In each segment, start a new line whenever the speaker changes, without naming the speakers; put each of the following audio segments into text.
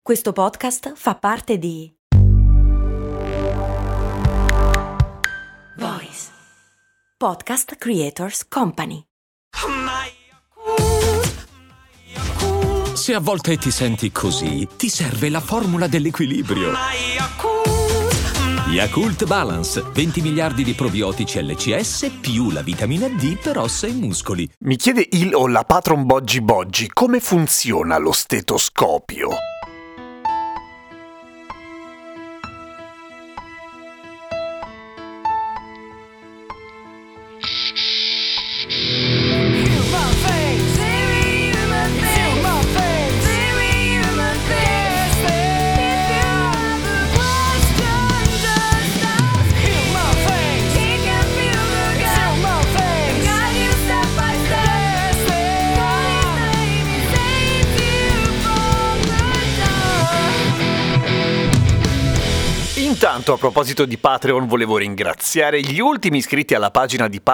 Questo podcast fa parte di Voice Podcast Creators Company.
Se a volte ti senti così, ti serve la formula dell'equilibrio. Yakult Balance, 20 miliardi di probiotici LCS più la vitamina D per ossa e muscoli.
Mi chiede il o la patron Boggi Boggi come funziona lo stetoscopio. Intanto, a proposito di Patreon, volevo ringraziare gli ultimi iscritti alla pagina di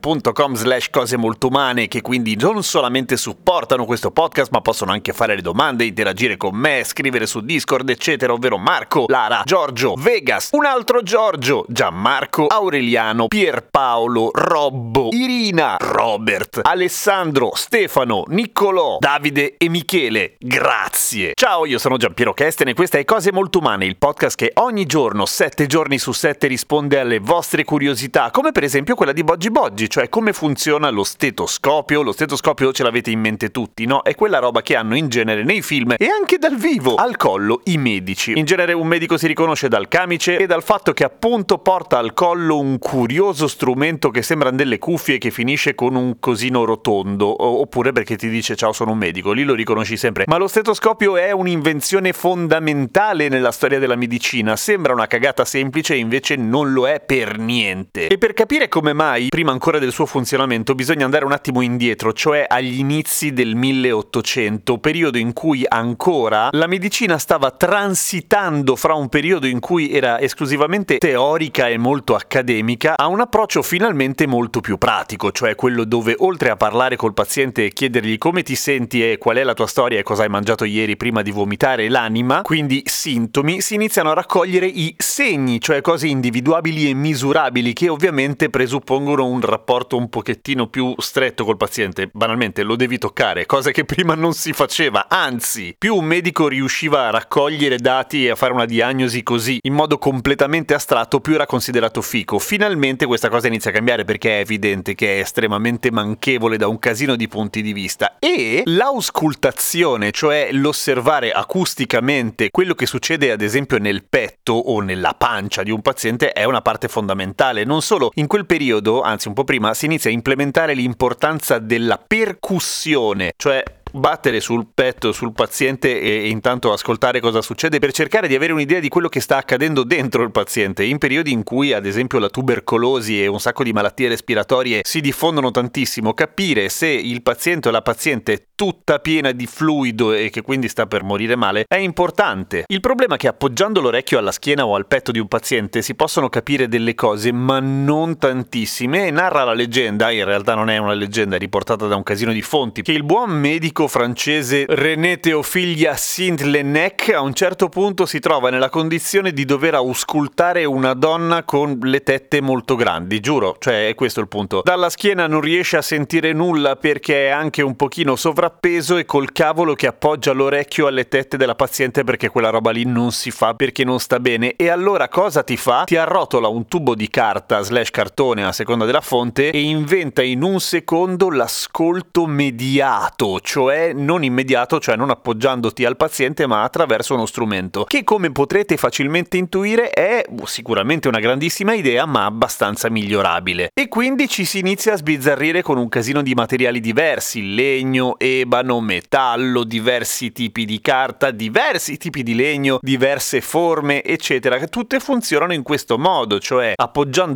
patreon.com/cosemoltoumane, che quindi non solamente supportano questo podcast, ma possono anche fare le domande, interagire con me, scrivere su Discord, eccetera, ovvero Marco, Lara, Giorgio, Vegas, un altro Giorgio, Gianmarco, Aureliano, Pierpaolo, Robbo, Irina, Robert, Alessandro, Stefano, Niccolò, Davide e Michele. Grazie! Ciao, io sono Giampiero Kesten e questa è Cose Molto Umane, il podcast che ogni giorno, 7 giorni su 7, risponde alle vostre curiosità, come per esempio quella di Boggi Boggi, cioè come funziona lo stetoscopio. Lo stetoscopio ce l'avete in mente tutti, no? È quella roba che hanno in genere nei film e anche dal vivo al collo i medici. In genere un medico si riconosce dal camice e dal fatto che appunto porta al collo un curioso strumento che sembrano delle cuffie che finisce con un cosino rotondo, oppure perché ti dice ciao sono un medico, lì lo riconosci sempre. Ma lo stetoscopio è un'invenzione fondamentale nella storia della medicina. Sembra una cagata semplice e invece non lo è per niente. E per capire come mai, prima ancora del suo funzionamento, bisogna andare un attimo indietro, cioè agli inizi del 1800, periodo in cui ancora la medicina stava transitando fra un periodo in cui era esclusivamente teorica e molto accademica a un approccio finalmente molto più pratico, cioè quello dove oltre a parlare col paziente e chiedergli come ti senti e qual è la tua storia e cosa hai mangiato ieri prima di vomitare l'anima, quindi sintomi, si iniziano a raccogliere i segni, cioè cose individuabili e misurabili che ovviamente presuppongono un rapporto un pochettino più stretto col paziente. Banalmente lo devi toccare, cosa che prima non si faceva, anzi, più un medico riusciva a raccogliere dati e a fare una diagnosi così in modo completamente astratto, più era considerato fico. Finalmente questa cosa inizia a cambiare perché è evidente che è estremamente manchevole da un casino di punti di vista e l'auscultazione, cioè l'osservare acusticamente quello che succede ad esempio nel petto o nella pancia di un paziente, è una parte fondamentale. Non solo, in quel periodo, anzi un po' prima, si inizia a implementare l'importanza della percussione, cioè battere sul petto, sul paziente e intanto ascoltare cosa succede per cercare di avere un'idea di quello che sta accadendo dentro il paziente. In periodi in cui ad esempio la tubercolosi e un sacco di malattie respiratorie si diffondono tantissimo, capire se il paziente o la paziente è tutta piena di fluido e che quindi sta per morire male è importante. Il problema è che appoggiando l'orecchio alla schiena o al petto di un paziente si possono capire delle cose ma non tantissime, e narra la leggenda, in realtà non è una leggenda, è riportata da un casino di fonti, che il buon medico francese René Théophile Saint-Lenec a un certo punto si trova nella condizione di dover auscultare una donna con le tette molto grandi, giuro, cioè è questo il punto. Dalla schiena non riesce a sentire nulla perché è anche un pochino sovrappeso e col cavolo che appoggia l'orecchio alle tette della paziente perché quella roba lì non si fa perché non sta bene. E allora cosa ti fa? Ti arrotola un tubo di carta / cartone a seconda della fonte e inventa in un secondo l'ascolto mediato, cioè non immediato, cioè non appoggiandoti al paziente ma attraverso uno strumento che, come potrete facilmente intuire, è sicuramente una grandissima idea ma abbastanza migliorabile. E quindi ci si inizia a sbizzarrire con un casino di materiali diversi: legno, ebano, metallo, diversi tipi di carta, diversi tipi di legno, diverse forme, eccetera, che tutte funzionano in questo modo, cioè appoggiando un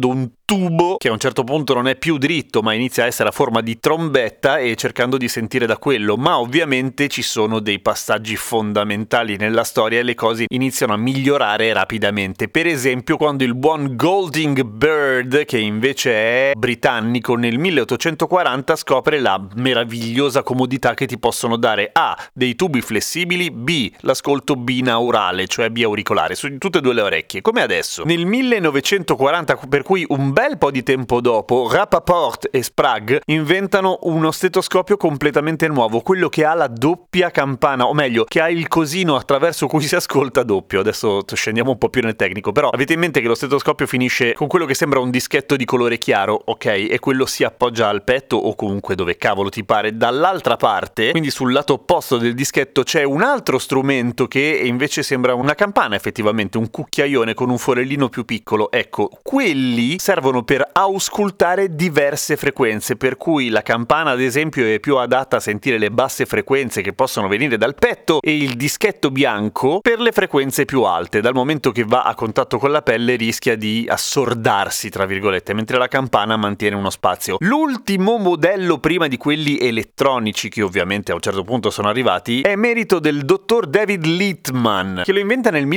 tubo che a un certo punto non è più dritto ma inizia a essere a forma di trombetta, e cercando di sentire da quello. Ma ovviamente ci sono dei passaggi fondamentali nella storia e le cose iniziano a migliorare rapidamente. Per esempio quando il buon Golding Bird, che invece è britannico, nel 1840 scopre la meravigliosa comodità che ti possono dare A, dei tubi flessibili, B, l'ascolto binaurale, cioè biauricolare, su tutte e due le orecchie, come adesso. Nel 1940, per cui un bel po' di tempo dopo, Rappaport e Sprague inventano uno stetoscopio completamente nuovo, quello che ha la doppia campana, o meglio, che ha il cosino attraverso cui si ascolta doppio. Adesso scendiamo un po' più nel tecnico, però avete in mente che lo stetoscopio finisce con quello che sembra un dischetto di colore chiaro, ok? E quello si appoggia al petto o comunque dove cavolo ti pare. Dall'altra parte, quindi sul lato opposto del dischetto, c'è un altro strumento che invece sembra una campana, effettivamente, un cucchiaione con un forellino più piccolo. Ecco, quelli servono per auscultare diverse frequenze, per cui la campana ad esempio è più adatta a sentire le basse frequenze che possono venire dal petto, e il dischetto bianco per le frequenze più alte. Dal momento che va a contatto con la pelle rischia di assordarsi, tra virgolette, mentre la campana mantiene uno spazio. L'ultimo modello prima di quelli elettronici, che ovviamente a un certo punto sono arrivati, è merito del dottor David Littman, che lo inventa nel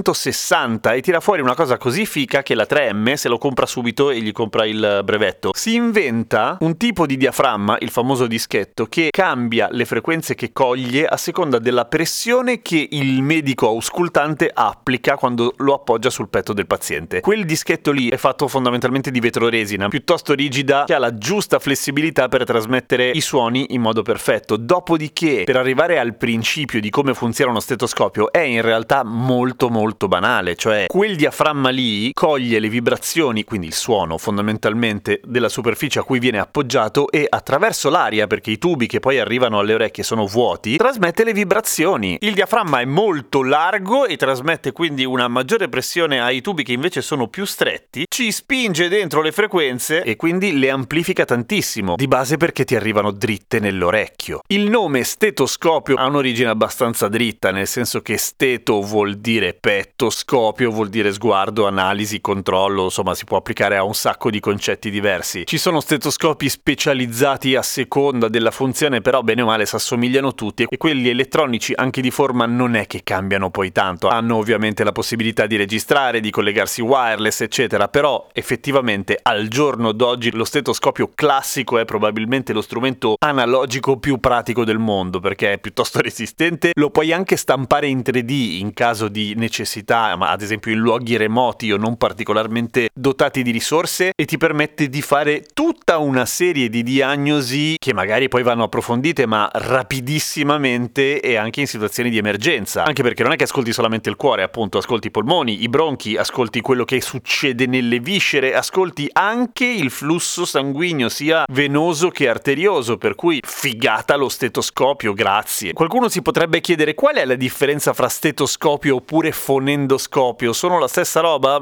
1960 e tira fuori una cosa così fica che la 3M se lo compra subito e gli compra il brevetto. Si inventa un tipo di diaframma, il famoso dischetto, che cambia le frequenze che coglie a seconda della pressione che il medico auscultante applica quando lo appoggia sul petto del paziente. Quel dischetto lì è fatto fondamentalmente di vetroresina, piuttosto rigida, che ha la giusta flessibilità per trasmettere i suoni in modo perfetto. Dopodiché, per arrivare al principio di come funziona uno stetoscopio, è in realtà molto molto banale, cioè quel diaframma lì coglie le vibrazioni, quindi il suono fondamentalmente, della superficie a cui viene appoggiato, e attraverso l'aria, perché i tubi che poi arrivano alle orecchie sono vuoti, trasmette le vibrazioni. Il diaframma è molto largo e trasmette quindi una maggiore pressione ai tubi che invece sono più stretti, ci spinge dentro le frequenze e quindi le amplifica tantissimo, di base perché ti arrivano dritte nell'orecchio. Il nome stetoscopio ha un'origine abbastanza dritta, nel senso che steto vuol dire petto, scopio vuol dire sguardo, analisi, controllo, insomma si può applicare a un sacco di concetti diversi. Ci sono stetoscopi specializzati a seconda della funzione, però bene o male si assomigliano tutti, e quelli elettronici anche di forma non è che cambiano poi tanto. Hanno ovviamente la possibilità di registrare, di collegarsi wireless eccetera, però effettivamente al giorno d'oggi lo stetoscopio classico è probabilmente lo strumento analogico più pratico del mondo, perché è piuttosto resistente, lo puoi anche stampare in 3D in caso di necessità, ma ad esempio in luoghi remoti o non particolarmente dotati di risorse, e ti permette di fare tutta una serie di diagnosi che magari poi vanno approfondite, ma rapidissimamente, e anche in situazioni di emergenza, anche perché non è che ascolti solamente il cuore, appunto, ascolti i polmoni, i bronchi, ascolti quello che succede nelle viscere, ascolti anche il flusso sanguigno sia venoso che arterioso, per cui figata lo stetoscopio, grazie. Qualcuno si potrebbe chiedere qual è la differenza fra stetoscopio oppure fonendoscopio, sono la stessa roba?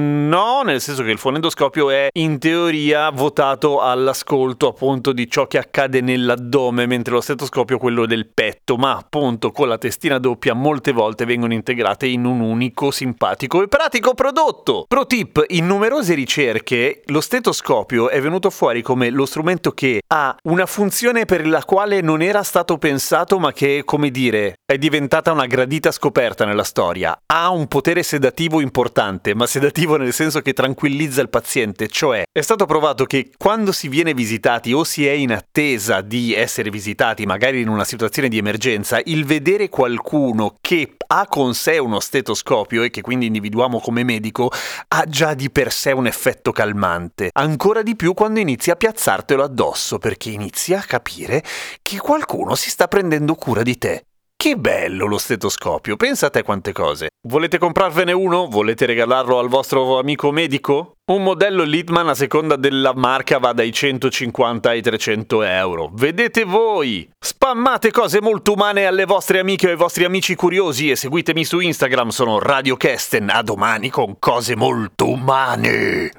No, nel senso che il fonendoscopio è in teoria votato all'ascolto appunto di ciò che accade nell'addome, mentre lo stetoscopio è quello del petto, ma appunto con la testina doppia molte volte vengono integrate in un unico simpatico e pratico prodotto. Pro tip: in numerose ricerche lo stetoscopio è venuto fuori come lo strumento che ha una funzione per la quale non era stato pensato, ma che, come dire, è diventata una gradita scoperta nella storia. Ha un potere sedativo importante, ma sedativo nel senso che tranquillizza il paziente, cioè è stato provato che quando si viene visitati o si è in attesa di essere visitati, magari in una situazione di emergenza, il vedere qualcuno che ha con sé uno stetoscopio e che quindi individuiamo come medico ha già di per sé un effetto calmante. Ancora di più quando inizi a piazzartelo addosso, perché inizi a capire che qualcuno si sta prendendo cura di te. Che bello lo stetoscopio, pensa a te quante cose. Volete comprarvene uno? Volete regalarlo al vostro amico medico? Un modello Littman a seconda della marca va dai 150 ai 300 euro. Vedete voi! Spammate cose molto umane alle vostre amiche o ai vostri amici curiosi e seguitemi su Instagram, sono Radio Kesten. A domani con cose molto umane!